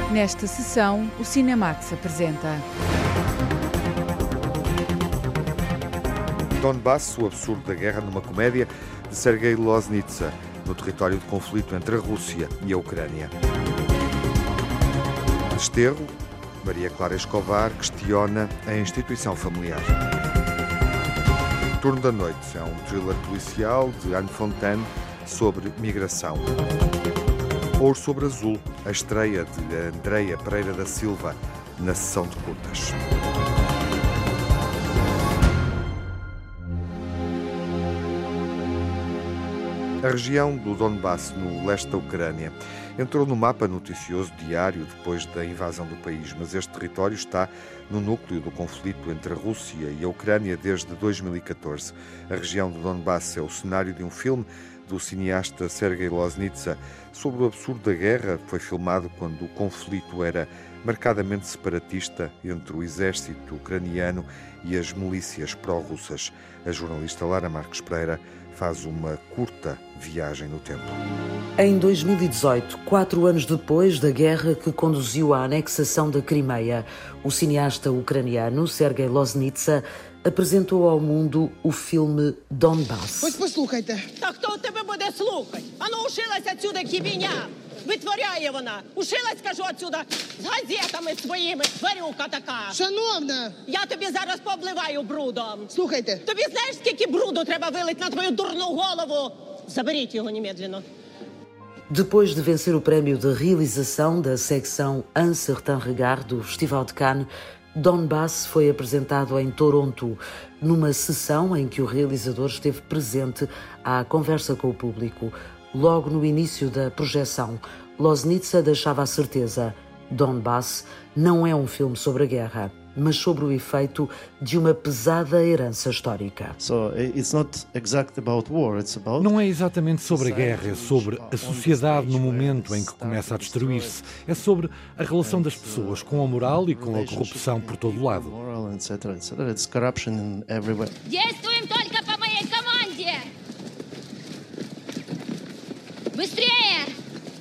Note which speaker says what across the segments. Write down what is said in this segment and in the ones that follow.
Speaker 1: Nesta sessão, o Cinemax apresenta
Speaker 2: Donbass, o absurdo da guerra, numa comédia de Sergei Loznitsa, no território de conflito entre a Rússia e a Ucrânia. Desterro, Maria Clara Escobar questiona a instituição familiar. Turno da Noite é um thriller policial de Anne Fontaine sobre migração. Ouro sobre Azul, a estreia de Andreia Pereira da Silva na sessão de curtas. A região do Donbass, no leste da Ucrânia, entrou no mapa noticioso diário depois da invasão do país, mas este território está no núcleo do conflito entre a Rússia e a Ucrânia desde 2014. A região do Donbass é o cenário de um filme do cineasta Sergei Loznitsa sobre o absurdo da guerra. Foi filmado quando o conflito era marcadamente separatista entre o exército ucraniano e as milícias pró-russas. A jornalista Lara Marques Pereira faz uma curta viagem no tempo.
Speaker 3: Em 2018, 4 anos depois da guerra que conduziu à anexação da Crimeia, o cineasta ucraniano Sergei Loznitsa apresentou ao mundo o filme Donbass.
Speaker 4: Послухайте. Та хто тебе буде слухати? Ану, ушилась отсюда, кібіня! Витворяє вона! Ушилась, кажу, отсюда, з газетами своїми, тварюка така!
Speaker 5: Шановна!
Speaker 4: Я тобі зараз побливаю брудом!
Speaker 5: Слухайте!
Speaker 4: Тобі знаєш, скільки бруду треба вилить на твою дурну голову? Заберіть його немедленно.
Speaker 3: Depois de vencer o prémio de realização da secção Un Certain Regard do Festival de Cannes, Donbass foi apresentado em Toronto, numa sessão em que o realizador esteve presente à conversa com o público. Logo no início da projeção, Loznitsa deixava a certeza: Donbass não é um filme sobre a guerra, mas sobre o efeito de uma pesada herança histórica.
Speaker 6: Não é exatamente sobre a guerra, é sobre a sociedade no momento em que começa a destruir-se. É sobre a relação das pessoas com a moral e com a corrupção por todo o lado.
Speaker 7: Действуем только по моей команде! Быстрее!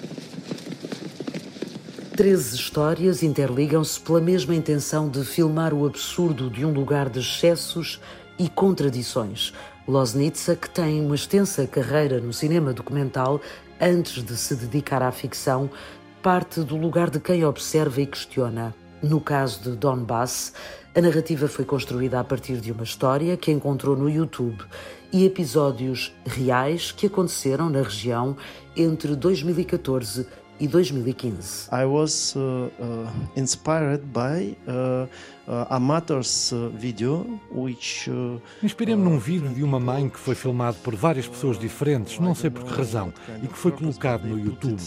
Speaker 3: 13 histórias interligam-se pela mesma intenção de filmar o absurdo de um lugar de excessos e contradições. Loznitsa, que tem uma extensa carreira no cinema documental, antes de se dedicar à ficção, parte do lugar de quem observa e questiona. No caso de Donbass, a narrativa foi construída a partir de uma história que encontrou no YouTube e episódios reais que aconteceram na região entre 2014 e 2015.
Speaker 8: I was inspired by amateur's video, which
Speaker 6: Inspirei-me num vídeo de uma mãe que foi filmado por várias pessoas diferentes, não sei por que razão, e que foi colocado no YouTube.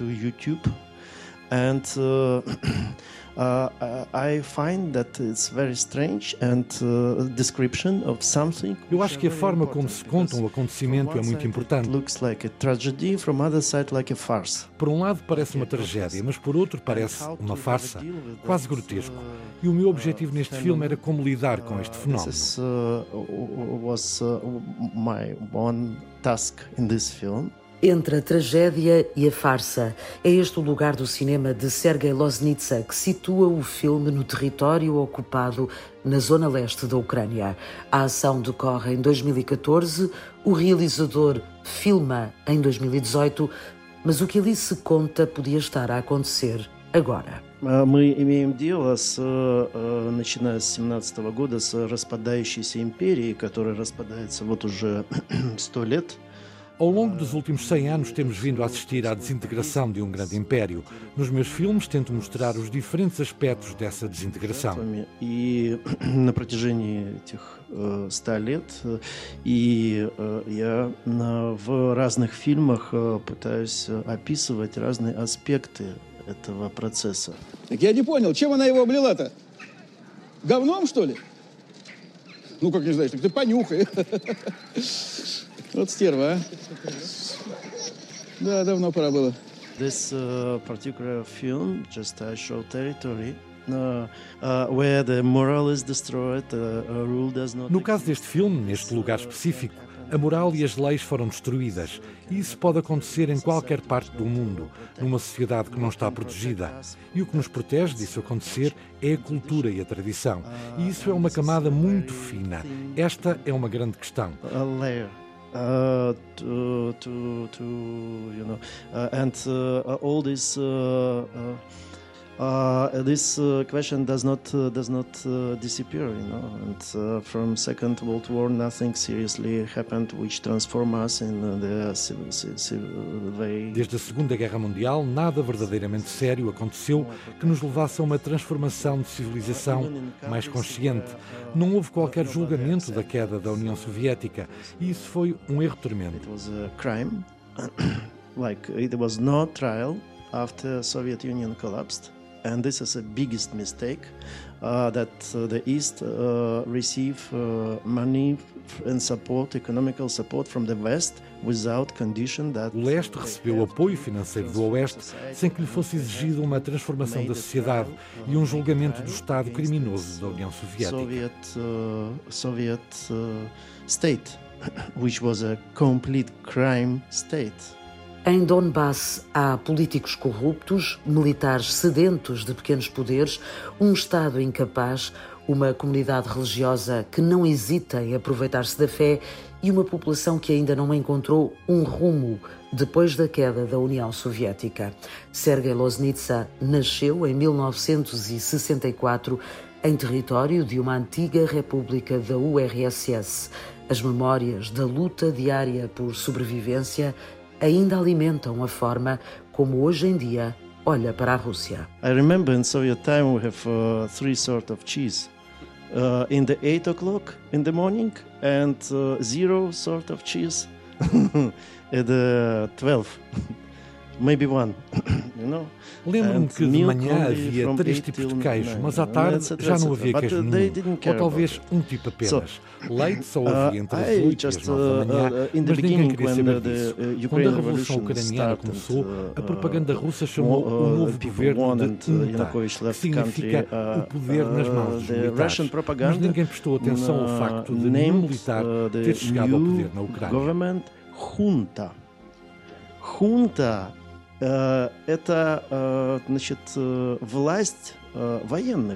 Speaker 8: And I find that it's very strange and description of something.
Speaker 6: Eu acho que a forma como se conta um acontecimento é muito importante.
Speaker 8: Looks like a tragedy, from other side like a farce.
Speaker 6: Por um lado parece uma tragédia, mas por outro parece uma farsa, quase grotesco. E o meu objetivo neste filme era como lidar com este fenómeno.
Speaker 8: This was my one task in this film.
Speaker 3: Entre a tragédia e a farsa, é este o lugar do cinema de Sergei Loznitsa que situa o filme no território ocupado na zona leste da Ucrânia. A ação decorre em 2014, o realizador filma em 2018, mas o que ali se conta podia estar a acontecer agora.
Speaker 8: Мы имеем дело начиная с 17 года, с распадающейся империей, которая распадается вот уже 100 лет.
Speaker 6: Ao longo dos últimos 100 anos temos vindo a assistir à desintegração de um grande império. Nos meus filmes tento mostrar os diferentes aspectos dessa desintegração.
Speaker 8: И на протяжении этих 100 лет я в разных фильмах пытаюсь описывать разные аспекты этого процесса.
Speaker 9: Так я не понял, чем она его облила-то? Говном, что ли? Ну, как не знаешь, так ты понюхай. Вот стерва, а? Да, давно пора было.
Speaker 8: This particular film just show territory where the moral is destroyed, rule does not.
Speaker 6: No caso deste filme, neste lugar específico, A moral e as leis foram destruídas. E isso pode acontecer em qualquer parte do mundo, numa sociedade que não está protegida. E o que nos protege disso acontecer é a cultura e a tradição. E isso é uma camada muito fina. Esta é uma grande questão.
Speaker 8: All this this question does not disappear, And from Second World War, nothing seriously happened which transformed us in the civil way.
Speaker 6: Desde a Segunda Guerra Mundial, nada verdadeiramente sério aconteceu que nos levasse a uma transformação de civilização mais consciente. Não houve qualquer julgamento da queda da União Soviética e isso foi um erro tremendo.
Speaker 8: It was a crime, like there was no trial after the Soviet Union collapsed. And this is the biggest mistake that the East receive money and support, economical support from the West without condition that...
Speaker 6: O Leste recebeu apoio financeiro do Oeste sem que lhe fosse exigida uma transformação da sociedade e um julgamento do Estado criminoso da União Soviética.
Speaker 8: Soviet state, which was a complete crime state.
Speaker 3: Em Donbass há políticos corruptos, militares sedentos de pequenos poderes, um Estado incapaz, uma comunidade religiosa que não hesita em aproveitar-se da fé e uma população que ainda não encontrou um rumo depois da queda da União Soviética. Sergei Loznitsa nasceu em 1964 em território de uma antiga república da URSS. As memórias da luta diária por sobrevivência ainda alimentam a forma como hoje em dia olha para a Rússia.
Speaker 8: I remember in Soviet time we have three sort of cheese. In the 8 o'clock in the morning and zero sort of cheese at the 12. Maybe one,
Speaker 6: Lembro-me que de manhã havia 3 tipos de queijo, mas à tarde já não havia queijo nenhum, ou talvez um tipo apenas. Leite só havia entre as 8 e as 9 da manhã, mas ninguém queria saber disso. Quando a Revolução Ucraniana começou, a propaganda russa chamou o novo governo de UNTA, que significa o poder nas mãos dos militares. Mas ninguém prestou atenção ao facto de nenhum militar ter chegado ao poder na Ucrânia.
Speaker 8: Junta это, значит, власть военных,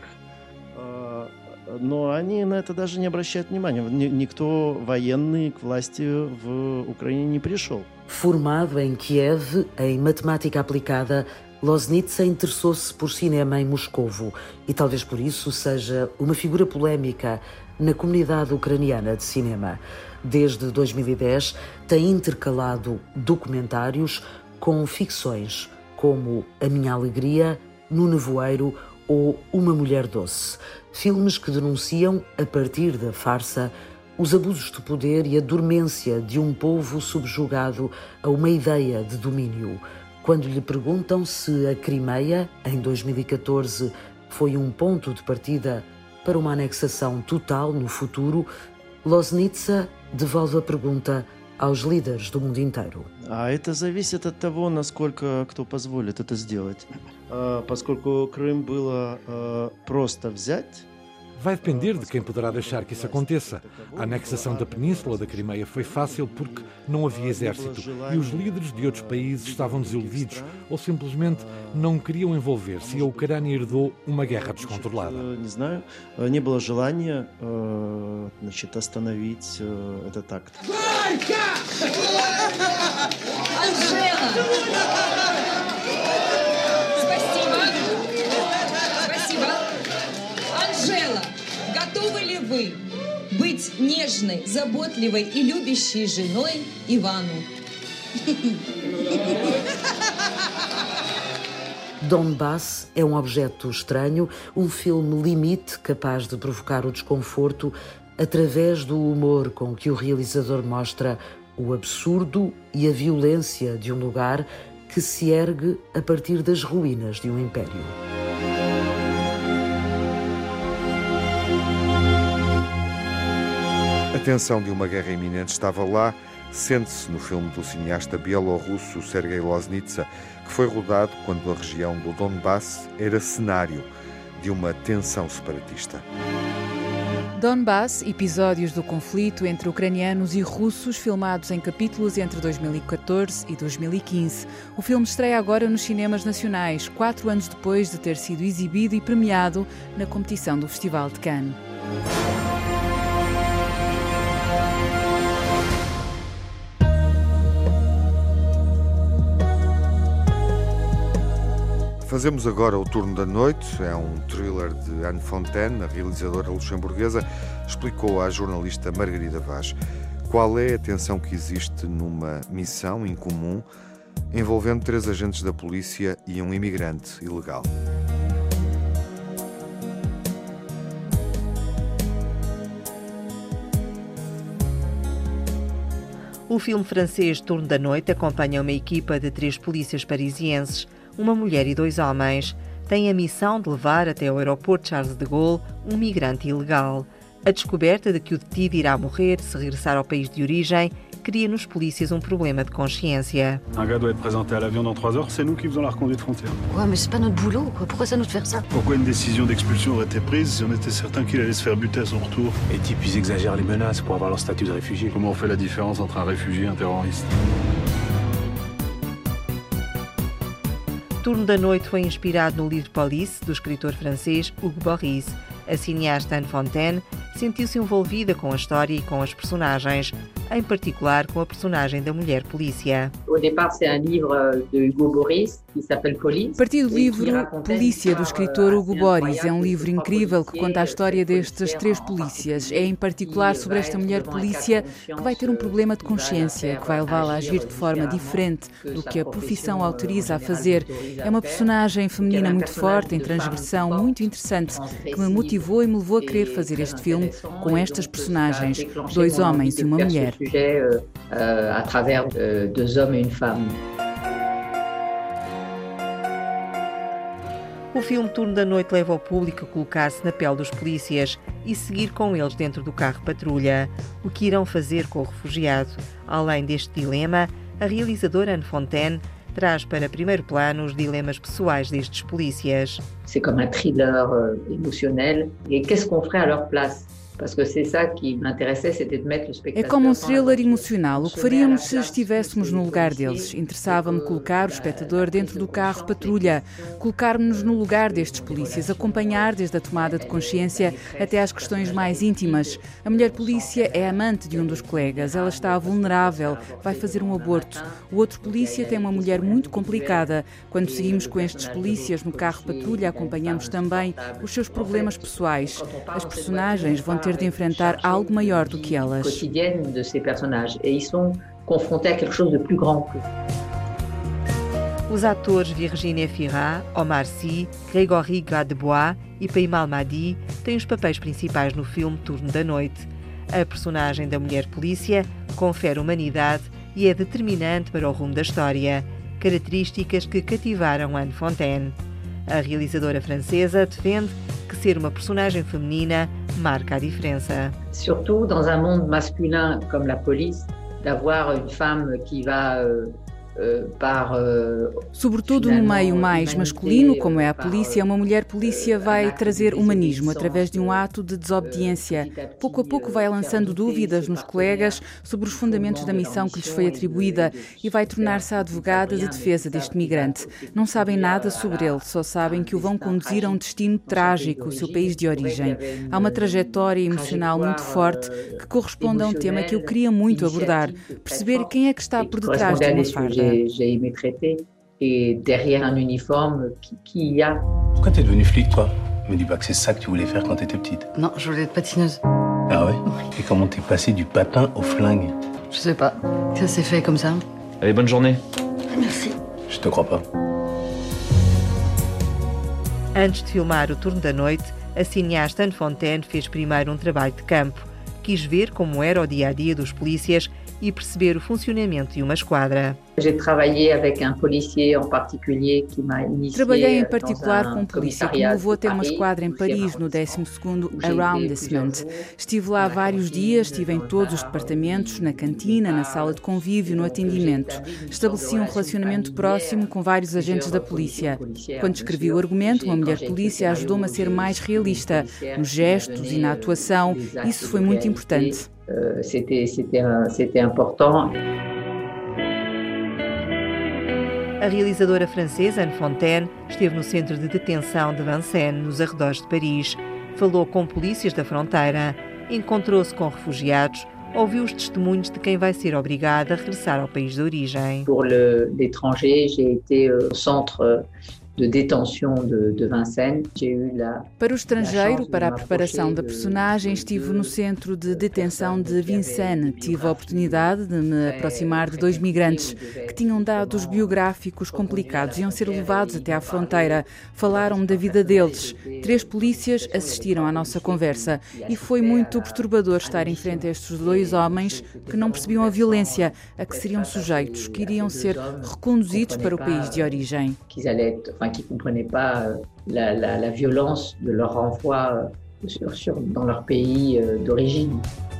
Speaker 8: но они на это даже не обращают внимания. Никто военный к власти в Украине не пришел.
Speaker 3: Formado em Kiev em matemática aplicada, Loznitsa interessou-se por cinema em Moscovo e talvez por isso seja uma figura polémica na comunidade ucraniana de cinema. Desde 2010 tem intercalado documentários com ficções como A Minha Alegria, No Nevoeiro ou Uma Mulher Doce. Filmes que denunciam, a partir da farsa, os abusos de poder e a dormência de um povo subjugado a uma ideia de domínio. Quando lhe perguntam se a Crimeia, em 2014, foi um ponto de partida para uma anexação total no futuro, Loznitsa devolve a pergunta aos líderes do mundo inteiro.
Speaker 8: Это зависит от того, насколько кто позволит это сделать. Поскольку Крым было просто взять.
Speaker 6: Vai depender de quem poderá deixar que isso aconteça. A anexação da península da Crimeia foi fácil porque não havia exército e os líderes de outros países estavam desiludidos ou simplesmente não queriam envolver-se e a Ucrânia herdou uma guerra descontrolada.
Speaker 8: Не было желания, значит, остановить этот акт.
Speaker 5: Готовы ли вы быть нежной, заботливой и любящей женой Ивану?
Speaker 3: Donbass é um objeto estranho, um filme limite capaz de provocar o desconforto através do humor com que o realizador mostra o absurdo e a violência de um lugar que se ergue a partir das ruínas de um império.
Speaker 2: A tensão de uma guerra iminente estava lá, sente-se no filme do cineasta bielorrusso Sergei Loznitsa, que foi rodado quando a região do Donbass era cenário de uma tensão separatista.
Speaker 1: Donbass, episódios do conflito entre ucranianos e russos filmados em capítulos entre 2014 e 2015. O filme estreia agora nos cinemas nacionais, 4 anos depois de ter sido exibido e premiado na competição do Festival de Cannes.
Speaker 2: Fazemos agora o Turno da Noite. É um thriller de Anne Fontaine. A realizadora luxemburguesa explicou à jornalista Margarida Vaz qual é a tensão que existe numa missão incomum envolvendo 3 agentes da polícia e um imigrante ilegal.
Speaker 10: O filme francês Turno da Noite acompanha uma equipa de 3 polícias parisienses, uma mulher e 2 homens. Tem a missão de levar até ao aeroporto Charles de Gaulle um migrante ilegal. A descoberta de que o detido irá morrer se regressar ao país de origem cria nos polícias um problema de consciência.
Speaker 11: Un gars doit être présenté à l'avion dans 3 heures, c'est nous qui faisons la reconduite frontière.
Speaker 12: Ouais, mais c'est pas notre boulot, quoi. Pourquoi ça nous de faire ça?
Speaker 11: Pourquoi une décision d'expulsion aurait été prise si on était certain qu'il allait se faire buter à son retour?
Speaker 13: Les types, ils exagèrent les menaces pour avoir leur statut de réfugié.
Speaker 11: Comment on fait la différence entre un réfugié et un terroriste?
Speaker 10: Turno da Noite foi inspirado no livro Police, do escritor francês Hugo Boris. A cineasta Anne Fontaine sentiu-se envolvida com a história e com as personagens, em particular com a personagem da mulher polícia.
Speaker 1: Partiu do livro Polícia, do escritor Hugo Boris. É um livro incrível que conta a história destes 3 polícias. É em particular sobre esta mulher polícia que vai ter um problema de consciência, que vai levá-la a agir de forma diferente do que a profissão autoriza a fazer. É uma personagem feminina muito forte, em transgressão, muito interessante, que me motivou e me levou a querer fazer este filme com estas personagens, 2 homens e uma mulher.
Speaker 14: À travers 2 hommes et une femme.
Speaker 10: O filme Turno da Noite leva o público a colocar-se na pele dos polícias e seguir com eles dentro do carro patrulha. O que irão fazer com o refugiado? Além deste dilema, a realizadora Anne Fontaine traz para primeiro plano os dilemas pessoais destes polícias.
Speaker 14: C'est comme un thriller émotionnel. Et qu'est-ce qu'on ferait à leur place?
Speaker 1: É como um thriller emocional. O que faríamos se estivéssemos no lugar deles? Interessava-me colocar o espectador dentro do carro patrulha, colocar-nos no lugar destes polícias, acompanhar desde a tomada de consciência até às questões mais íntimas. A mulher polícia é amante de um dos colegas, ela está vulnerável, vai fazer um aborto. O outro polícia tem uma mulher muito complicada. Quando seguimos com estes polícias no carro patrulha, acompanhamos também os seus problemas pessoais. As personagens vão ter de enfrentar algo maior do que elas.
Speaker 14: Quotidienne de ces personnages et ils sont confrontés à quelque chose de plus grand que.
Speaker 10: Os atores Virginie Fira, Omar Sy, Grégory Gadebois e Peymal Madi têm os papéis principais no filme Turno da Noite. A personagem da mulher polícia confere humanidade e é determinante para o rumo da história, características que cativaram Anne Fontaine. A realizadora francesa defende que ser uma personagem feminina marca a diferença.
Speaker 14: Surtout dans un monde masculin comme la police, d'avoir une femme qui va
Speaker 1: Sobretudo no meio mais masculino, como é a polícia, uma mulher polícia vai trazer humanismo através de um ato de desobediência. Pouco a pouco vai lançando dúvidas nos colegas sobre os fundamentos da missão que lhes foi atribuída e vai tornar-se a advogada de defesa deste migrante. Não sabem nada sobre ele, só sabem que o vão conduzir a um destino trágico, o seu país de origem. Há uma trajetória emocional muito forte que corresponde a um tema que eu queria muito abordar, perceber quem é que está por detrás de uma farda.
Speaker 14: J'ai aimé traiter et derrière un uniforme qui y a.
Speaker 13: Pourquoi t'es devenue flic, toi? Me dis pas que c'est ça que tu voulais faire quand t'étais petite.
Speaker 12: Non, je voulais être patineuse.
Speaker 13: Ah ouais? Et comment t'es passée du patin au flingue?
Speaker 12: Je sais pas. Ça s'est fait comme ça.
Speaker 13: Allez, bonne journée.
Speaker 12: Merci.
Speaker 13: Je te crois pas.
Speaker 10: Antes de filmar o Turno da Noite, a cineasta Anne Fontaine fez primeiro um trabalho de campo. Quis ver como era o dia-a-dia dos polícias e perceber o funcionamento de uma esquadra.
Speaker 1: Trabalhei em particular com um polícia que me levou até uma esquadra em Paris, no 12º Arrondissement. Estive lá vários dias, estive em todos os departamentos, na cantina, na sala de convívio, no atendimento. Estabeleci um relacionamento próximo com vários agentes da polícia. Quando escrevi o argumento, uma mulher polícia ajudou-me a ser mais realista, nos gestos e na atuação. Isso foi muito importante.
Speaker 14: C'était important.
Speaker 10: A realizadora francesa Anne Fontaine esteve no centro de detenção de Vincennes, nos arredores de Paris. Falou com polícias da fronteira, encontrou-se com refugiados, ouviu os testemunhos de quem vai ser obrigado a regressar ao país de origem.
Speaker 14: Pour l'étranger, j'ai été au centre de détention de Vincennes.
Speaker 1: Para o estrangeiro, para a preparação da personagem, estive no centro de detenção de Vincennes. Tive a oportunidade de me aproximar de 2 migrantes que tinham dados biográficos complicados, iam ser levados até à fronteira. Falaram da vida deles. 3 polícias assistiram à nossa conversa e foi muito perturbador estar em frente a estes 2 homens que não percebiam a violência a que seriam sujeitos, que iriam ser reconduzidos para o país de origem.
Speaker 14: Qui ne comprenaient pas la violence de leur renvoi dans leur pays d'origine.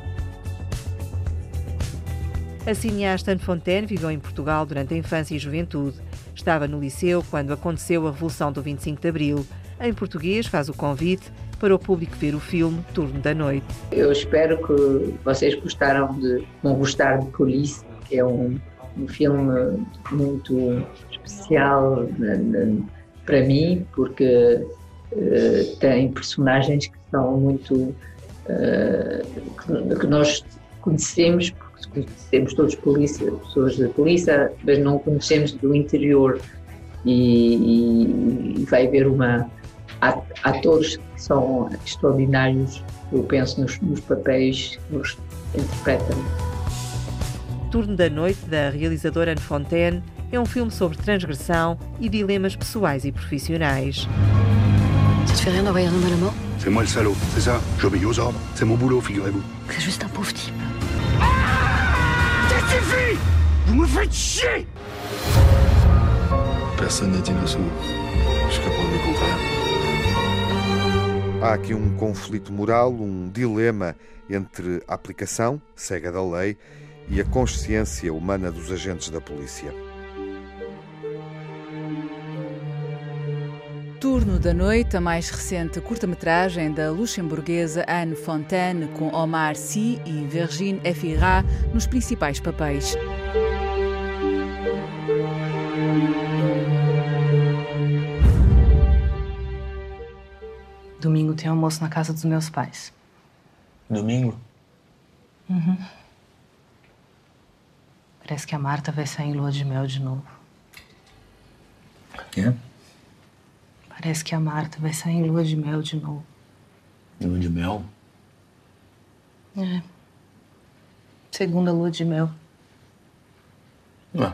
Speaker 10: A cineasta Anne Fontaine viveu em Portugal durante a infância e juventude. Estava no liceu quando aconteceu a Revolução do 25 de Abril. Em português, faz o convite para o público ver o filme Turno da Noite.
Speaker 14: Eu espero que vocês vão gostar de Police, que é um filme muito especial para mim, porque tem personagens que são muito que nós conhecemos, porque conhecemos todos pessoas da polícia, mas não conhecemos do interior, e vai haver atores que são extraordinários, eu penso, nos papéis que nos interpretam.
Speaker 10: Turno da Noite, da realizadora Anne Fontaine, é um filme sobre transgressão e dilemas pessoais e profissionais.
Speaker 12: Ça te fait rien d'envoyer un homme à la mort?
Speaker 11: C'est moi le salaud, c'est ça. J'obéis aux ordres. C'est mon boulot, figurez-vous.
Speaker 12: C'est juste un pauvre type.
Speaker 11: Ça suffit! Vous me faites chier! Personne n'est innocent. Jusqu'à preuve du contraire.
Speaker 2: Há aqui um conflito moral, um dilema entre a aplicação cega da lei e a consciência humana dos agentes da polícia.
Speaker 1: Turno da Noite, a mais recente curta-metragem da luxemburguesa Anne Fontaine, com Omar Sy e Virginie Efira nos principais papéis.
Speaker 12: Domingo tem almoço na casa dos meus pais.
Speaker 13: Domingo?
Speaker 12: Uhum. Parece que a Marta vai sair em lua de mel de novo.
Speaker 13: Quê?
Speaker 12: Parece que a Marta vai sair em lua de mel de novo.
Speaker 13: Lua de mel?
Speaker 12: É. Segunda lua de mel.
Speaker 13: Ué.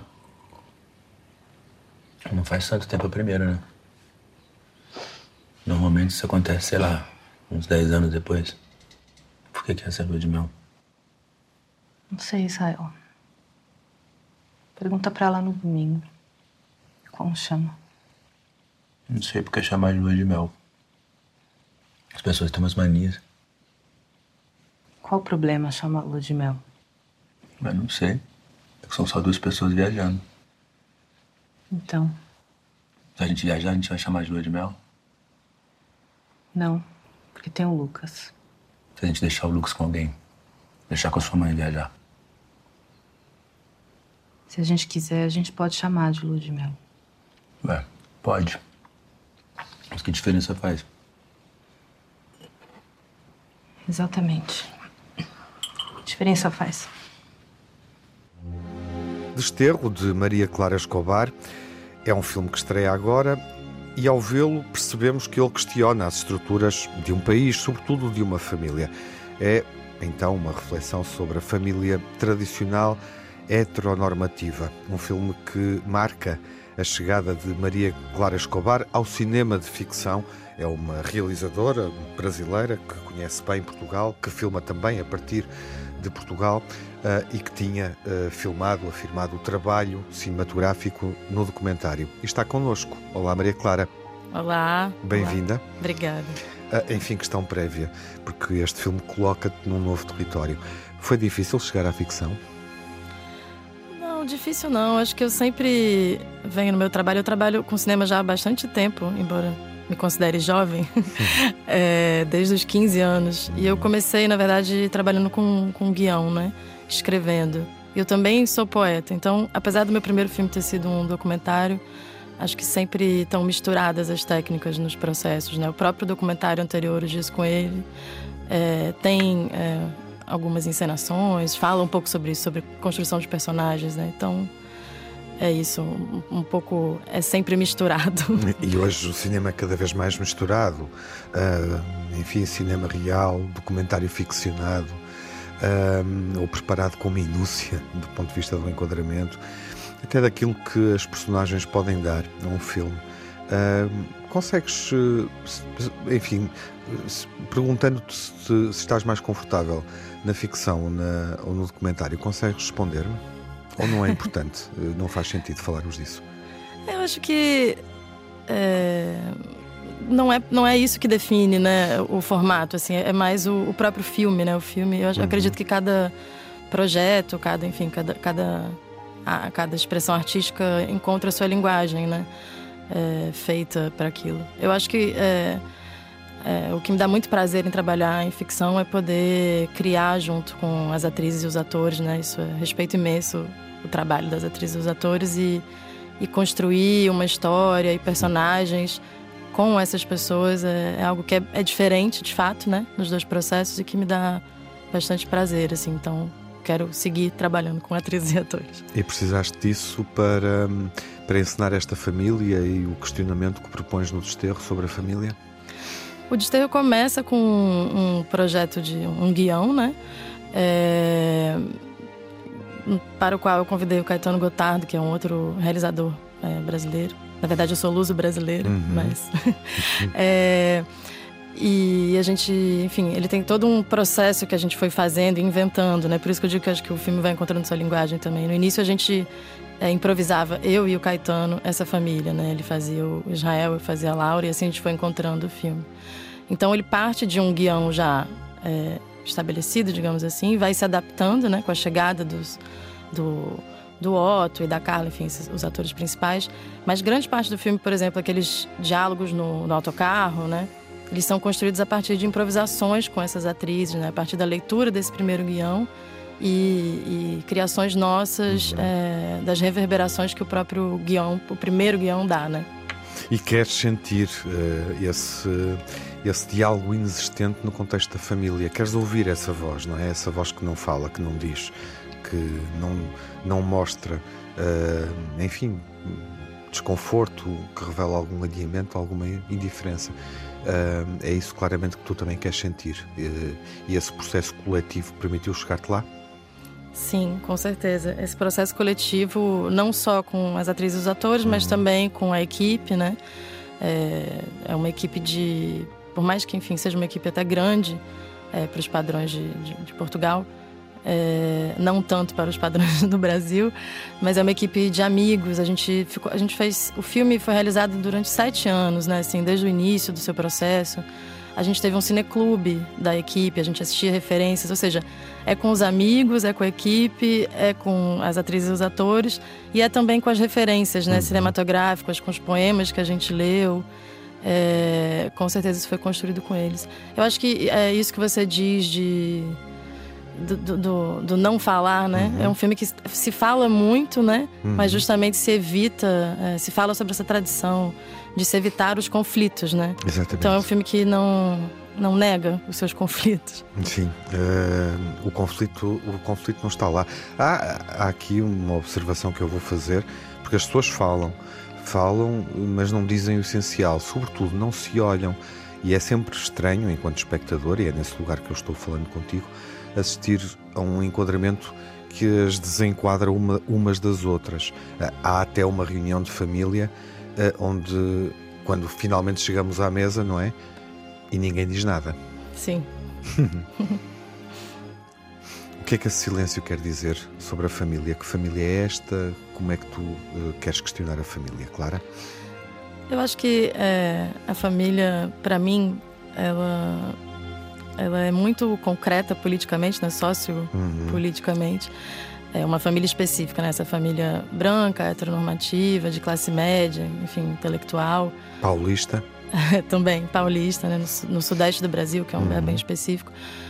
Speaker 13: Não faz tanto tempo a primeira, né? Normalmente isso acontece, sei lá, uns 10 anos depois. Por que é essa lua de mel?
Speaker 12: Não sei, Israel. Pergunta pra ela no domingo. Como chama?
Speaker 13: Não sei porque chamar de lua de mel. As pessoas têm umas manias.
Speaker 12: Qual o problema chamar lua de mel?
Speaker 13: Mas não sei. São só 2 pessoas viajando.
Speaker 12: Então?
Speaker 13: Se a gente viajar, a gente vai chamar de lua de mel?
Speaker 12: Não, porque tem o Lucas.
Speaker 13: Se a gente deixar o Lucas com alguém, deixar com a sua mãe viajar.
Speaker 12: Se a gente quiser, a gente pode chamar de lua de mel.
Speaker 13: Ué, pode. Mas que diferença faz?
Speaker 12: Exatamente. Que diferença faz?
Speaker 2: Desterro, de Maria Clara Escobar, é um filme que estreia agora e, ao vê-lo, percebemos que ele questiona as estruturas de um país, sobretudo de uma família. É, então, uma reflexão sobre a família tradicional heteronormativa. Um filme que marca a chegada de Maria Clara Escobar ao cinema de ficção. É uma realizadora brasileira que conhece bem Portugal, que filma também a partir de Portugal e que tinha afirmado o trabalho cinematográfico no documentário. E está connosco. Olá, Maria Clara.
Speaker 15: Olá.
Speaker 2: Bem-vinda.
Speaker 15: Obrigada.
Speaker 2: Enfim, questão prévia, porque este filme coloca-te num novo território. Foi difícil chegar à ficção?
Speaker 15: Não, difícil não. Acho que eu sempre venho no meu trabalho. Eu trabalho com cinema já há bastante tempo, embora me considere jovem, desde os 15 anos. E eu comecei, na verdade, trabalhando com guião, né? Escrevendo. Eu também sou poeta, então, apesar do meu primeiro filme ter sido um documentário, acho que sempre estão misturadas as técnicas nos processos, né? O próprio documentário anterior, o Dias com Ele, tem algumas encenações, fala um pouco sobre isso, sobre construção de personagens, né? Então, é isso, um pouco, é sempre misturado.
Speaker 2: E hoje o cinema é cada vez mais misturado. Enfim, cinema real, documentário ficcionado, ou preparado com minúcia, do ponto de vista do enquadramento, até daquilo que as personagens podem dar a um filme. Consegues, enfim, perguntando-te se estás mais confortável na ficção ou no documentário, consegues responder-me? Ou não é importante? Não faz sentido falarmos disso?
Speaker 15: Eu acho que não é isso que define, né, o formato, assim, é mais o próprio filme, né? O filme, eu acredito que cada projeto, cada expressão artística encontra a sua linguagem, né? Feita para aquilo. Eu acho que o que me dá muito prazer em trabalhar em ficção é poder criar junto com as atrizes e os atores, né? Isso respeito imenso o trabalho das atrizes e dos atores e construir uma história e personagens com essas pessoas é algo que é diferente, de fato, né? Nos dois processos e que me dá bastante prazer, assim. Então, quero seguir trabalhando com atrizes e atores.
Speaker 2: E precisaste disso para ensinar esta família e o questionamento que propões no Desterro sobre a família?
Speaker 15: O Desterro começa com um projeto de um guião, né? Para o qual eu convidei o Caetano Gotardo, que é um outro realizador brasileiro. Na verdade, eu sou luso-brasileira, mas... E a gente, enfim, ele tem todo um processo que a gente foi fazendo e inventando, né? Por isso que eu digo que acho que o filme vai encontrando sua linguagem também. No início a gente improvisava, eu e o Caetano, essa família, né? Ele fazia o Israel, eu fazia a Laura, e assim a gente foi encontrando o filme. Então ele parte de um guião já estabelecido, digamos assim, e vai se adaptando, né? Com a chegada do Otto e da Carla, enfim, os atores principais. Mas grande parte do filme, por exemplo, aqueles diálogos no autocarro, né? Eles são construídos a partir de improvisações com essas atrizes, né? A partir da leitura desse primeiro guião e criações nossas, das reverberações que o próprio guião, o primeiro guião dá, né?
Speaker 2: E queres sentir esse diálogo inexistente no contexto da família. Queres ouvir essa voz, não é? Essa voz que não fala, que não diz, que não mostra, enfim, desconforto, que revela algum adiamento, alguma indiferença. É isso claramente que tu também queres sentir, e esse processo coletivo permitiu chegar-te lá?
Speaker 15: Sim, com certeza. Esse processo coletivo, não só com as atrizes e os atores, mas também com a equipe, né? É uma equipe por mais que, enfim, seja uma equipe até grande para os padrões de Portugal, não tanto para os padrões do Brasil, mas é uma equipe de amigos. A gente fez, o filme foi realizado durante 7 anos, né? Assim, desde o início do seu processo. A gente teve um cineclube da equipe, a gente assistia referências, ou seja, é com os amigos, é com a equipe, é com as atrizes e os atores, e é também com as referências, né, cinematográficas, com os poemas que a gente leu. Com certeza isso foi construído com eles. Eu acho que é isso que você diz do não falar, né? É um filme que se fala muito, né? Mas justamente se evita, se fala sobre essa tradição de se evitar os conflitos, né?
Speaker 2: Exatamente.
Speaker 15: Então é um filme que não nega os seus conflitos.
Speaker 2: Sim, o conflito não está lá. Há aqui uma observação que eu vou fazer, porque as pessoas falam, mas não dizem o essencial, sobretudo não se olham, e é sempre estranho, enquanto espectador, e é nesse lugar que eu estou falando contigo, assistir a um enquadramento que as desenquadra umas das outras. Há até uma reunião de família onde, quando finalmente chegamos à mesa, não é? E ninguém diz nada.
Speaker 15: Sim.
Speaker 2: O que é que esse silêncio quer dizer sobre a família? Que família é esta? Como é que tu queres questionar a família, Clara?
Speaker 15: Eu acho que a família, para mim, ela é muito concreta politicamente, né? Sociopoliticamente. É uma família específica, né? Essa família branca, heteronormativa, de classe média, enfim, intelectual.
Speaker 2: Paulista.
Speaker 15: Também, paulista, né? No sudeste do Brasil, que é um lugar bem específico.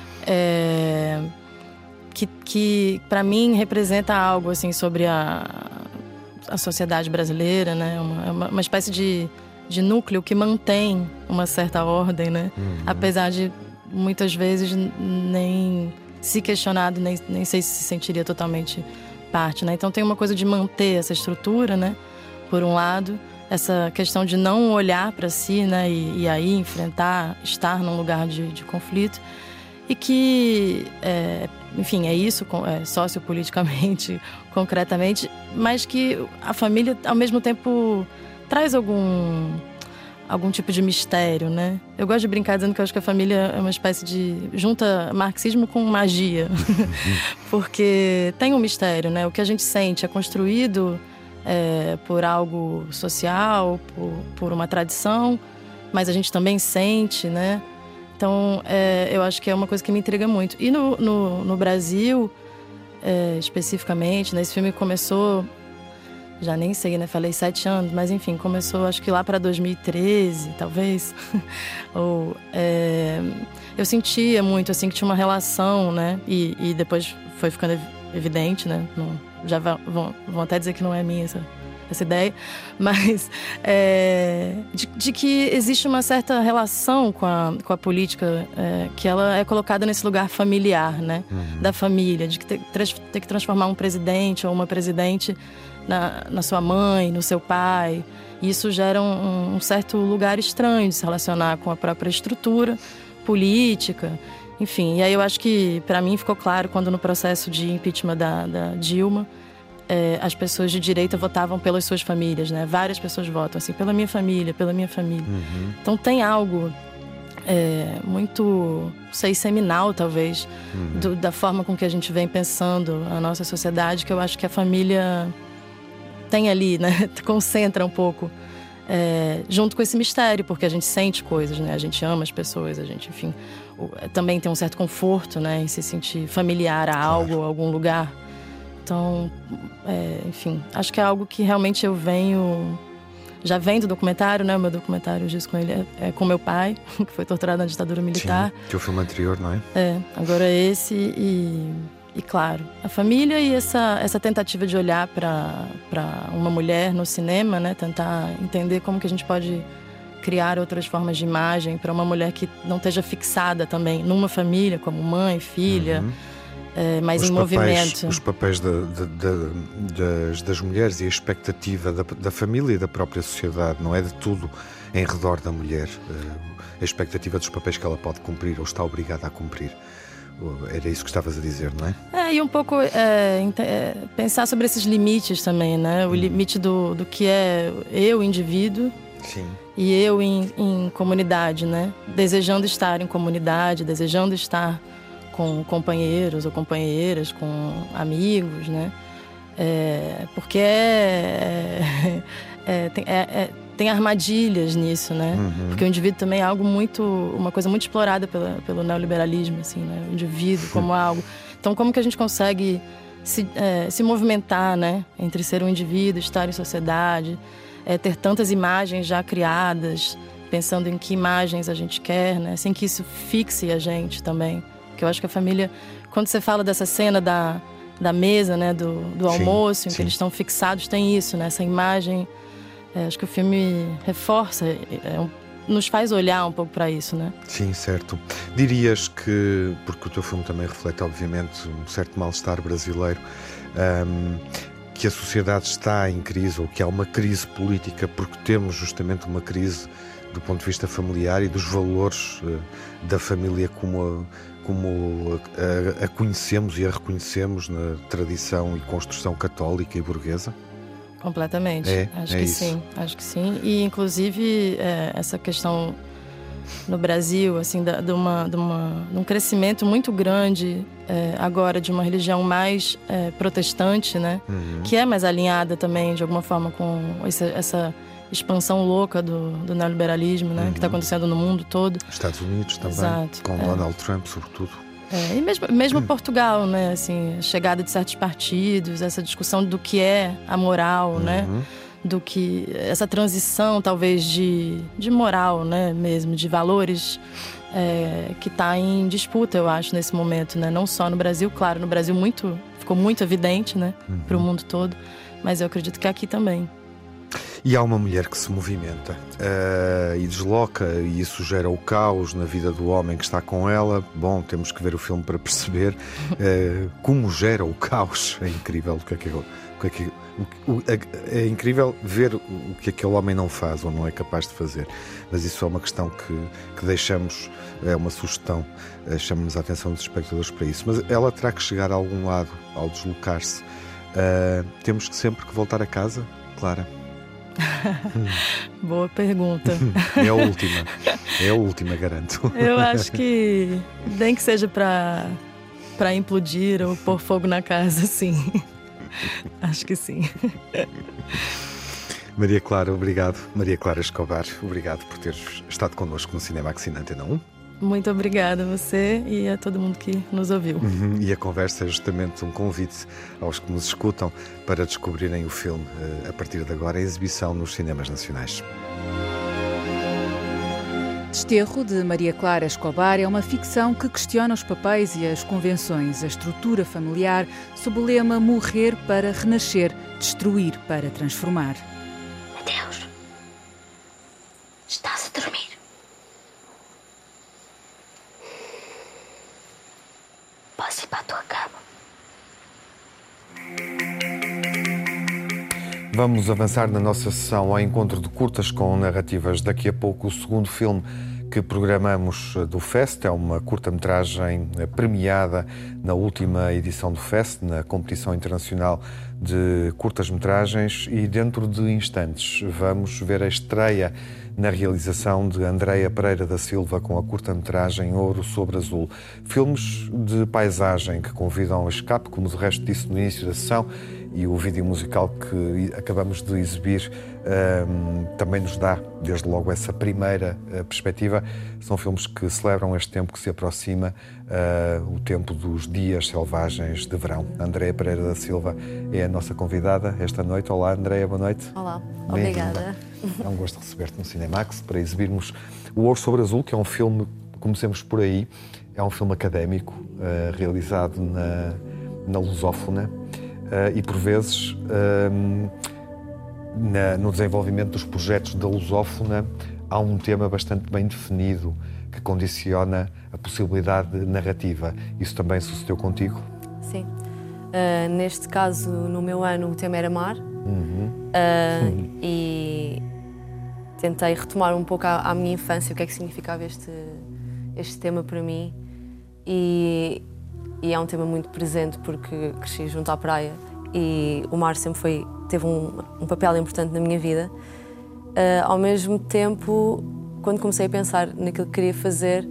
Speaker 15: Que para mim representa algo assim sobre a sociedade brasileira, né? Uma espécie de núcleo que mantém uma certa ordem, né? Apesar de muitas vezes nem se questionado, nem sei se sentiria totalmente parte, né? Então tem uma coisa de manter essa estrutura, né? Por um lado, essa questão de não olhar para si, né? E aí enfrentar, estar num lugar de conflito. E que, enfim, é isso, sociopoliticamente, concretamente, mas que a família, ao mesmo tempo, traz algum tipo de mistério, né? Eu gosto de brincar dizendo que eu acho que a família é uma espécie de... junta marxismo com magia, porque tem um mistério, né? O que a gente sente é construído por algo social, por uma tradição, mas a gente também sente, né? Então, eu acho que é uma coisa que me intriga muito. E no Brasil, especificamente, né, esse filme começou, já nem sei, né? Falei 7 anos, mas enfim, começou acho que lá para 2013, talvez. Eu sentia muito, assim, que tinha uma relação, né? E depois foi ficando evidente, né? Já vão até dizer que não é minha essa ideia, mas de que existe uma certa relação com a política, que ela é colocada nesse lugar familiar, né? Da família, de que ter que transformar um presidente ou uma presidente na sua mãe, no seu pai. E isso gera um certo lugar estranho de se relacionar com a própria estrutura política, enfim. E aí eu acho que, para mim, ficou claro quando no processo de impeachment da Dilma, as pessoas de direita votavam pelas suas famílias, né? Várias pessoas votam, assim, pela minha família. Então tem algo muito, não sei, seminal, talvez, da forma com que a gente vem pensando a nossa sociedade, que eu acho que a família tem ali, né? Concentra um pouco, junto com esse mistério, porque a gente sente coisas, né? A gente ama as pessoas, a gente, enfim, também tem um certo conforto, né? Em se sentir familiar a algo, a algum lugar. Então, enfim, acho que é algo que realmente eu já vem do documentário, né? O meu documentário, eu disse com ele, é com meu pai, que foi torturado na ditadura militar.
Speaker 2: Sim, que é o filme anterior, não é?
Speaker 15: Agora esse e claro, a família e essa tentativa de olhar para uma mulher no cinema, né? Tentar entender como que a gente pode criar outras formas de imagem para uma mulher que não esteja fixada também numa família, como mãe, filha... mas em movimento.
Speaker 2: Os papéis das mulheres e a expectativa da família e da própria sociedade, não é de tudo em redor da mulher. A expectativa dos papéis que ela pode cumprir ou está obrigada a cumprir. Era isso que estavas a dizer, não é?
Speaker 15: E um pouco pensar sobre esses limites também, né? O limite do que é eu, indivíduo,
Speaker 2: sim,
Speaker 15: e eu em comunidade, né? Desejando estar em comunidade, desejando estar com companheiros ou companheiras, com amigos, né? Porque tem armadilhas nisso, né? Porque o indivíduo também é uma coisa muito explorada pelo neoliberalismo, assim, né? O indivíduo como algo. Então, como que a gente consegue se movimentar, né? Entre ser um indivíduo, estar em sociedade, ter tantas imagens já criadas, pensando em que imagens a gente quer, né? Sem que isso fixe a gente também. Eu acho que a família, quando você fala dessa cena da mesa, né, do almoço, em que eles estão fixados, tem isso, né, essa imagem. Acho que o filme reforça, nos faz olhar um pouco para isso, né?
Speaker 2: Sim, certo. Dirias que, porque o teu filme também reflete, obviamente, um certo mal-estar brasileiro, que a sociedade está em crise, ou que há uma crise política, porque temos justamente uma crise do ponto de vista familiar e dos valores da família como a conhecemos e a reconhecemos na tradição e construção católica e burguesa?
Speaker 15: Completamente. Acho que sim. Acho que sim. E, inclusive, essa questão no Brasil, assim, de um crescimento muito grande agora de uma religião mais protestante, né? Que é mais alinhada também, de alguma forma, com essa expansão louca do neoliberalismo, né? Que está acontecendo no mundo todo.
Speaker 2: Estados Unidos também,
Speaker 15: exato,
Speaker 2: com Donald Trump, sobretudo.
Speaker 15: E mesmo Portugal, né? Assim, a chegada de certos partidos, essa discussão do que é a moral, né? Do que essa transição, talvez, de moral, né? Mesmo, de valores, que está em disputa, eu acho, nesse momento, né? Não só no Brasil, claro, no Brasil ficou muito evidente, né? Para o mundo todo, mas eu acredito que aqui também.
Speaker 2: E há uma mulher que se movimenta e desloca, e isso gera o caos na vida do homem que está com ela. Bom, temos que ver o filme para perceber como gera o caos. É incrível é incrível ver o que aquele homem não faz ou não é capaz de fazer. Mas isso é uma questão que deixamos, é uma sugestão, chamamos a atenção dos espectadores para isso. Mas ela terá que chegar a algum lado ao deslocar-se. Temos sempre que voltar a casa, Clara?
Speaker 15: Boa pergunta.
Speaker 2: É a última, garanto.
Speaker 15: Eu acho que nem que seja para implodir ou pôr fogo na casa, sim. Acho que sim.
Speaker 2: Maria Clara, obrigado. Maria Clara Escobar, obrigado por teres estado connosco no Cinema Axi na Antena 1.
Speaker 15: Muito obrigada a você e a todo mundo que nos ouviu.
Speaker 2: E a conversa é justamente um convite aos que nos escutam para descobrirem o filme a partir de agora, em exibição nos cinemas nacionais.
Speaker 1: Desterro, de Maria Clara Escobar, é uma ficção que questiona os papéis e as convenções, a estrutura familiar, sob o lema morrer para renascer, destruir para transformar.
Speaker 7: Mateus, estás a dormir? Posso ir para a tua cama?
Speaker 2: Vamos avançar na nossa sessão ao encontro de curtas com narrativas. Daqui a pouco o segundo filme que programamos do Fest é uma curta-metragem premiada na última edição do Fest, na competição internacional de curtas-metragens, e dentro de instantes vamos ver a estreia na realização de Andreia Pereira da Silva com a curta-metragem Ouro sobre Azul. Filmes de paisagem que convidam ao escape, como de resto disse no início da sessão, e o vídeo musical que acabamos de exibir também nos dá, desde logo, essa primeira perspectiva. São filmes que celebram este tempo que se aproxima, o tempo dos dias selvagens de verão. Andreia Pereira da Silva é a nossa convidada esta noite. Olá, Andreia, boa noite.
Speaker 16: Olá, obrigada.
Speaker 2: É um gosto receber-te no Cinemax para exibirmos o Ouro sobre Azul, que é um filme, comecemos por aí, é um filme académico, realizado na lusófona, e por vezes no desenvolvimento dos projetos da lusófona há um tema bastante bem definido que condiciona a possibilidade narrativa. Isso também sucedeu contigo?
Speaker 16: Sim. Neste caso, no meu ano, o tema era mar. E tentei retomar um pouco à minha infância o que é que significava este tema para mim. E é um tema muito presente porque cresci junto à praia e o mar sempre teve um papel importante na minha vida. Ao mesmo tempo, quando comecei a pensar naquilo que queria fazer,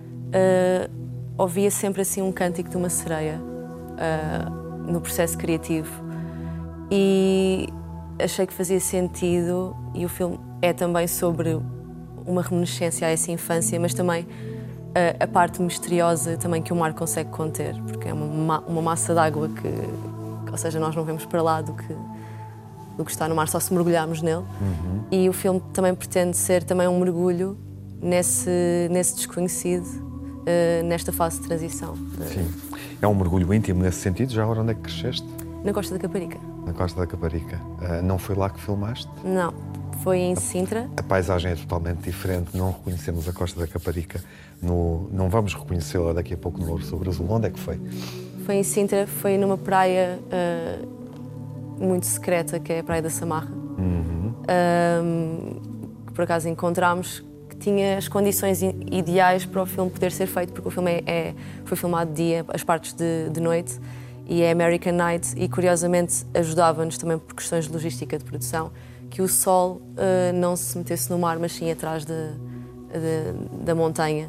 Speaker 16: ouvia sempre assim um cântico de uma sereia no processo criativo e achei que fazia sentido, e o filme é também sobre uma reminiscência a essa infância, mas também a parte misteriosa também que o mar consegue conter, porque é uma massa d'água ou seja, nós não vemos para lá do que está no mar, só se mergulharmos nele. E o filme também pretende ser também um mergulho nesse desconhecido, nesta fase de transição.
Speaker 2: Sim. É um mergulho íntimo nesse sentido. Já agora, onde é que cresceste?
Speaker 16: Na Costa da Caparica.
Speaker 2: Na Costa da Caparica. Não foi lá que filmaste?
Speaker 16: Não, foi em Sintra.
Speaker 2: A paisagem é totalmente diferente, não reconhecemos a Costa da Caparica. Não vamos reconhecê-la daqui a pouco no Ouro sobre Azul. Onde é que foi?
Speaker 16: Foi em Sintra, foi numa praia muito secreta, que é a Praia da Samarra. Que por acaso encontramos, que tinha as condições ideais para o filme poder ser feito, porque o filme foi filmado de dia, as partes de noite, e é American Night, e curiosamente ajudava-nos também por questões de logística de produção, que o sol não se metesse no mar, mas sim atrás da montanha,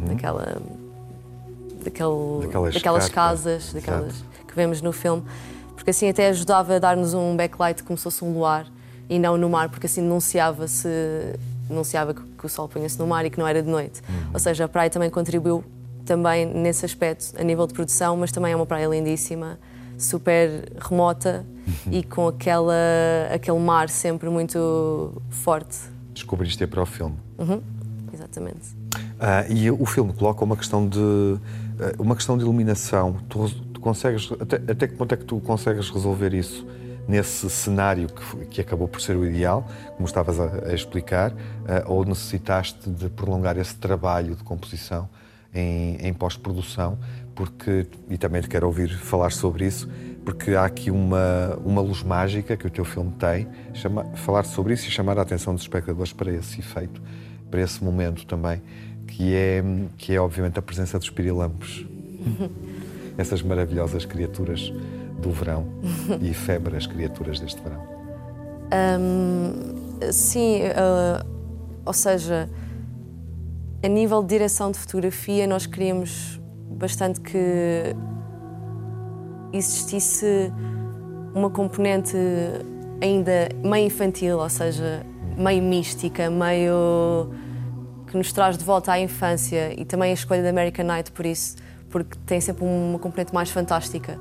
Speaker 16: daquelas casas que vemos no filme, porque assim até ajudava a dar-nos um backlight como se fosse um luar e não no mar, porque assim denunciava que o sol punha-se no mar e que não era de noite. Ou seja, a praia também contribuiu também nesse aspecto, a nível de produção, mas também é uma praia lindíssima, super remota e com aquele mar sempre muito forte.
Speaker 2: Descobriste para o filme.
Speaker 16: Exatamente.
Speaker 2: E o filme coloca uma questão de iluminação. Tu consegues, até que ponto é que tu consegues resolver isso nesse cenário que acabou por ser o ideal, como estavas a explicar, ou necessitaste de prolongar esse trabalho de composição em pós-produção, e também te quero ouvir falar sobre isso, porque há aqui uma luz mágica que o teu filme tem, falar sobre isso e chamar a atenção dos espectadores para esse efeito, para esse momento também, que é obviamente a presença dos pirilampos. Essas maravilhosas criaturas do verão e efêmeras criaturas deste verão.
Speaker 16: Sim, ou seja, a nível de direção de fotografia, nós queríamos bastante que existisse uma componente ainda meio infantil, ou seja, meio mística, meio que nos traz de volta à infância, e também a escolha da American Night por isso, porque tem sempre uma componente mais fantástica.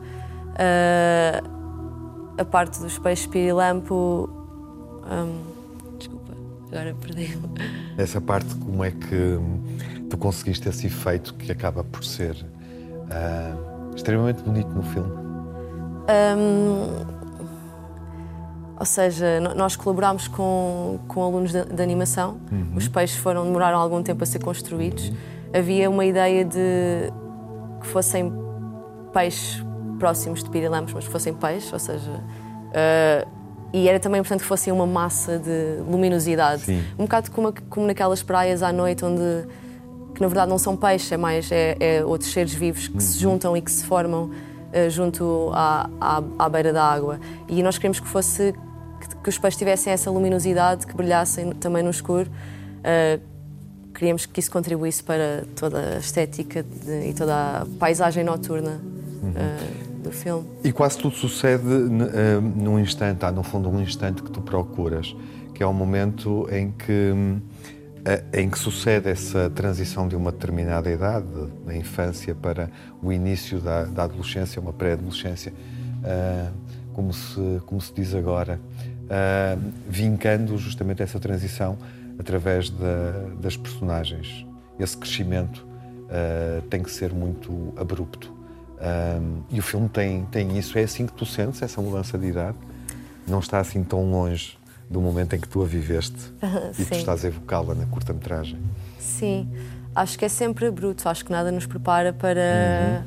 Speaker 16: A parte dos peixes pirilampo... desculpa, agora perdi-me.
Speaker 2: Essa parte, como é que tu conseguiste esse efeito que acaba por ser extremamente bonito no filme?
Speaker 16: Ou seja, nós colaborámos com alunos de animação. Os peixes demoraram algum tempo a ser construídos. Havia uma ideia de que fossem peixes próximos de pirilampos, mas que fossem peixes, ou seja... e era também importante que fossem uma massa de luminosidade. Sim. Um bocado como naquelas praias à noite, que na verdade não são peixes, é outros seres vivos que se juntam e que se formam junto à beira da água. E nós queríamos que os peixes tivessem essa luminosidade, que brilhassem também no escuro. Queríamos que isso contribuísse para toda a estética e toda a paisagem noturna do filme.
Speaker 2: E quase tudo sucede num instante, há no fundo um instante que tu procuras, que é o momento em que sucede essa transição de uma determinada idade, da infância para o início da adolescência, uma pré-adolescência, como se diz agora, vincando justamente essa transição através das personagens. Esse crescimento tem que ser muito abrupto. E o filme tem isso. É assim que tu sentes essa mudança de idade? Não está assim tão longe do momento em que tu a viveste e tu estás a evocá-la na curta-metragem?
Speaker 16: Sim, acho que é sempre abrupto. Acho que nada nos prepara para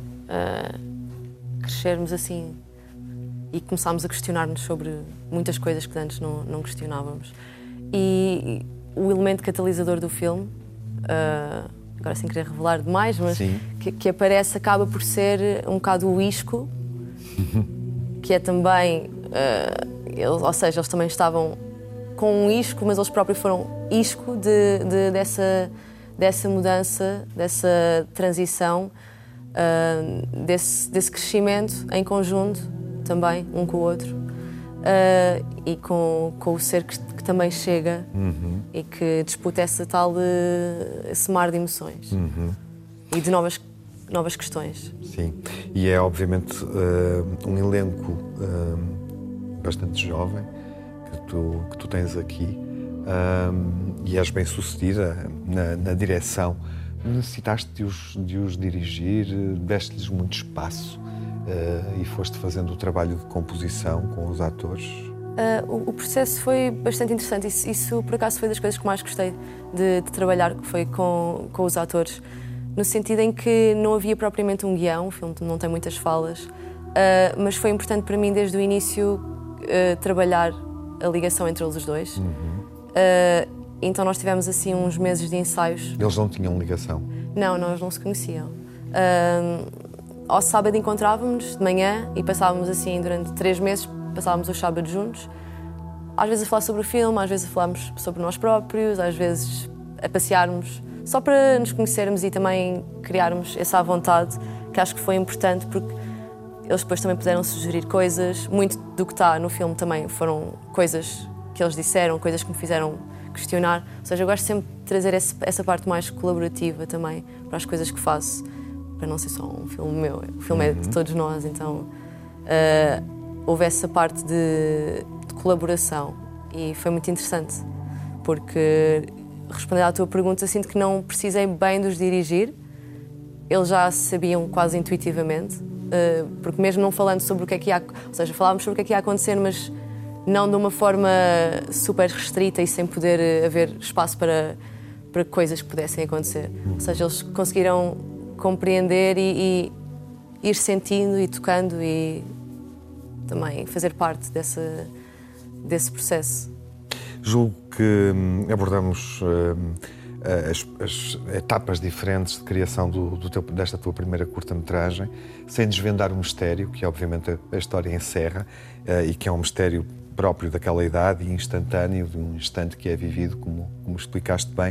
Speaker 16: crescermos assim e começarmos a questionar-nos sobre muitas coisas que antes não questionávamos. E o elemento catalisador do filme, agora sem querer revelar demais, mas que aparece, acaba por ser um bocado o isco, que é também... ou seja, eles também estavam com um isco, mas eles próprios foram isco dessa mudança, dessa transição, desse crescimento em conjunto também, um com o outro, e com o ser que também chega e que disputa esse mar de emoções e de novas questões.
Speaker 2: Sim, e é obviamente um elenco bastante jovem que tu tens aqui, e és bem sucedida na direção. Necessitaste de os dirigir, deste-lhes muito espaço e foste fazendo o trabalho de composição com os atores?
Speaker 16: O processo foi bastante interessante. Isso, por acaso, foi das coisas que mais gostei de trabalhar, que foi com os atores, no sentido em que não havia propriamente um guião, o filme não tem muitas falas, mas foi importante para mim, desde o início, trabalhar a ligação entre eles os dois. Então nós tivemos assim uns meses de ensaios.
Speaker 2: Eles não tinham ligação?
Speaker 16: Não, nós não se conheciam. Ao sábado encontrávamos-nos de manhã e passávamos assim durante 3 meses, passávamos os sábados juntos. Às vezes a falar sobre o filme, às vezes a falarmos sobre nós próprios, às vezes a passearmos, só para nos conhecermos e também criarmos essa vontade, que acho que foi importante, porque eles depois também puderam sugerir coisas. Muito do que está no filme também foram coisas que eles disseram, coisas que me fizeram questionar. Ou seja, eu gosto sempre de trazer essa parte mais colaborativa também para as coisas que faço, para não ser só um filme meu. O filme é de todos nós, então houve essa parte de colaboração e foi muito interessante, porque, respondendo à tua pergunta, sinto que não precisei bem de os dirigir. Eles já sabiam quase intuitivamente, porque mesmo não falando sobre o que é que ia... Ou seja, falávamos sobre o que é que ia acontecer, mas não de uma forma super restrita e sem poder haver espaço para coisas que pudessem acontecer. Ou seja, eles conseguiram compreender e ir sentindo e tocando e também fazer parte desse processo.
Speaker 2: Julgo que abordamos as etapas diferentes de criação desta tua primeira curta-metragem, sem desvendar o mistério, que obviamente a história encerra, e que é um mistério próprio daquela idade e instantâneo, de um instante que é vivido, como explicaste bem.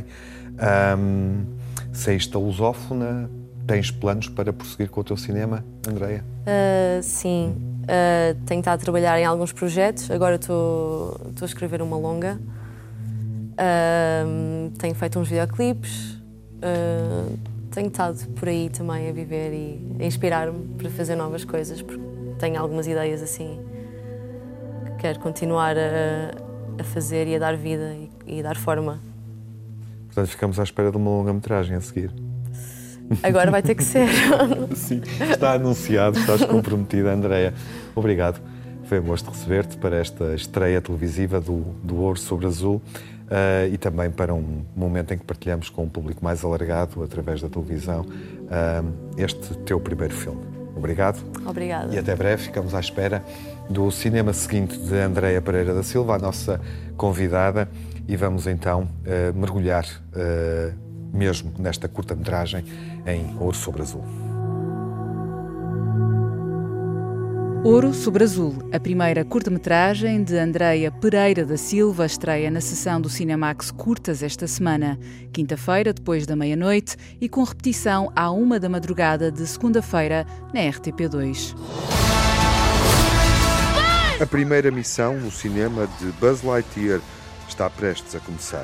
Speaker 2: Saíste da lusófona, tens planos para prosseguir com o teu cinema, Andreia?
Speaker 16: Sim, tenho estado a trabalhar em alguns projetos, agora estou a escrever uma longa. Tenho feito uns videoclipes, tenho estado por aí também a viver e a inspirar-me para fazer novas coisas, porque tenho algumas ideias assim que quero continuar a fazer e a dar vida e a dar forma.
Speaker 2: Portanto, ficamos à espera de uma longa-metragem a seguir.
Speaker 16: Agora vai ter que ser.
Speaker 2: Sim, está anunciado, estás comprometida, Andreia. Obrigado. Foi um gosto receber-te para esta estreia televisiva do Ouro sobre Azul. E também para um momento em que partilhamos com um público mais alargado, através da televisão, este teu primeiro filme. Obrigado.
Speaker 16: Obrigada.
Speaker 2: E até breve. Ficamos à espera do cinema seguinte de Andreia Pereira da Silva, a nossa convidada, e vamos então mergulhar mesmo nesta curta-metragem em Ouro sobre Azul.
Speaker 1: Ouro sobre Azul, a primeira curta-metragem de Andreia Pereira da Silva, estreia na sessão do Cinemax Curtas esta semana, quinta-feira, depois da meia-noite, e com repetição à 1 da madrugada de segunda-feira na RTP2.
Speaker 2: A primeira missão no cinema de Buzz Lightyear está prestes a começar.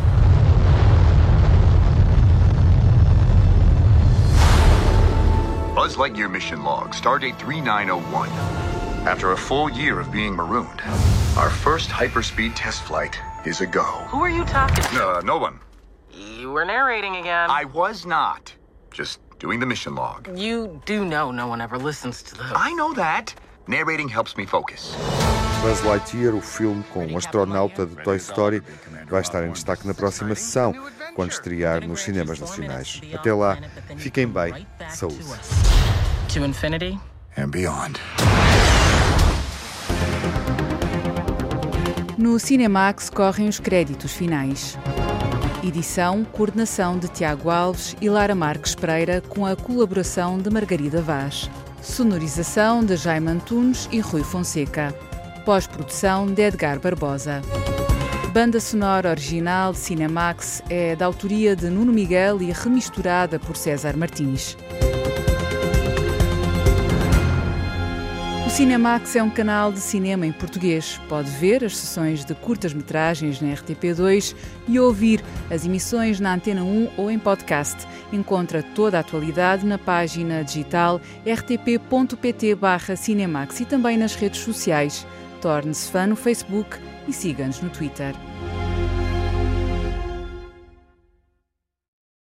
Speaker 17: Buzz Lightyear mission log, Stardate 3901. After a full year of being marooned, our first hyperspeed test flight is a go.
Speaker 18: Who are you talking to?
Speaker 17: No one.
Speaker 18: You were narrating again.
Speaker 17: I was not. Just doing the mission log.
Speaker 18: You do know no one ever listens to those.
Speaker 17: I know that. Narrating helps me focus.
Speaker 2: Buzz Lightyear, o filme com o astronauta de Toy Story, vai estar em destaque na próxima sessão, quando estrear nos cinemas nacionais. Até lá, fiquem bem. Saúde.
Speaker 18: To infinity
Speaker 17: and beyond.
Speaker 1: No Cinemax correm os créditos finais. Edição, coordenação de Tiago Alves e Lara Marques Pereira, com a colaboração de Margarida Vaz. Sonorização de Jaime Antunes e Rui Fonseca. Pós-produção de Edgar Barbosa. Banda sonora original de Cinemax é da autoria de Nuno Miguel e remisturada por César Martins. O Cinemax é um canal de cinema em português. Pode ver as sessões de curtas-metragens na RTP2 e ouvir as emissões na Antena 1 ou em podcast. Encontra toda a atualidade na página digital rtp.pt/Cinemax e também nas redes sociais. Torne-se fã no Facebook e siga-nos no Twitter.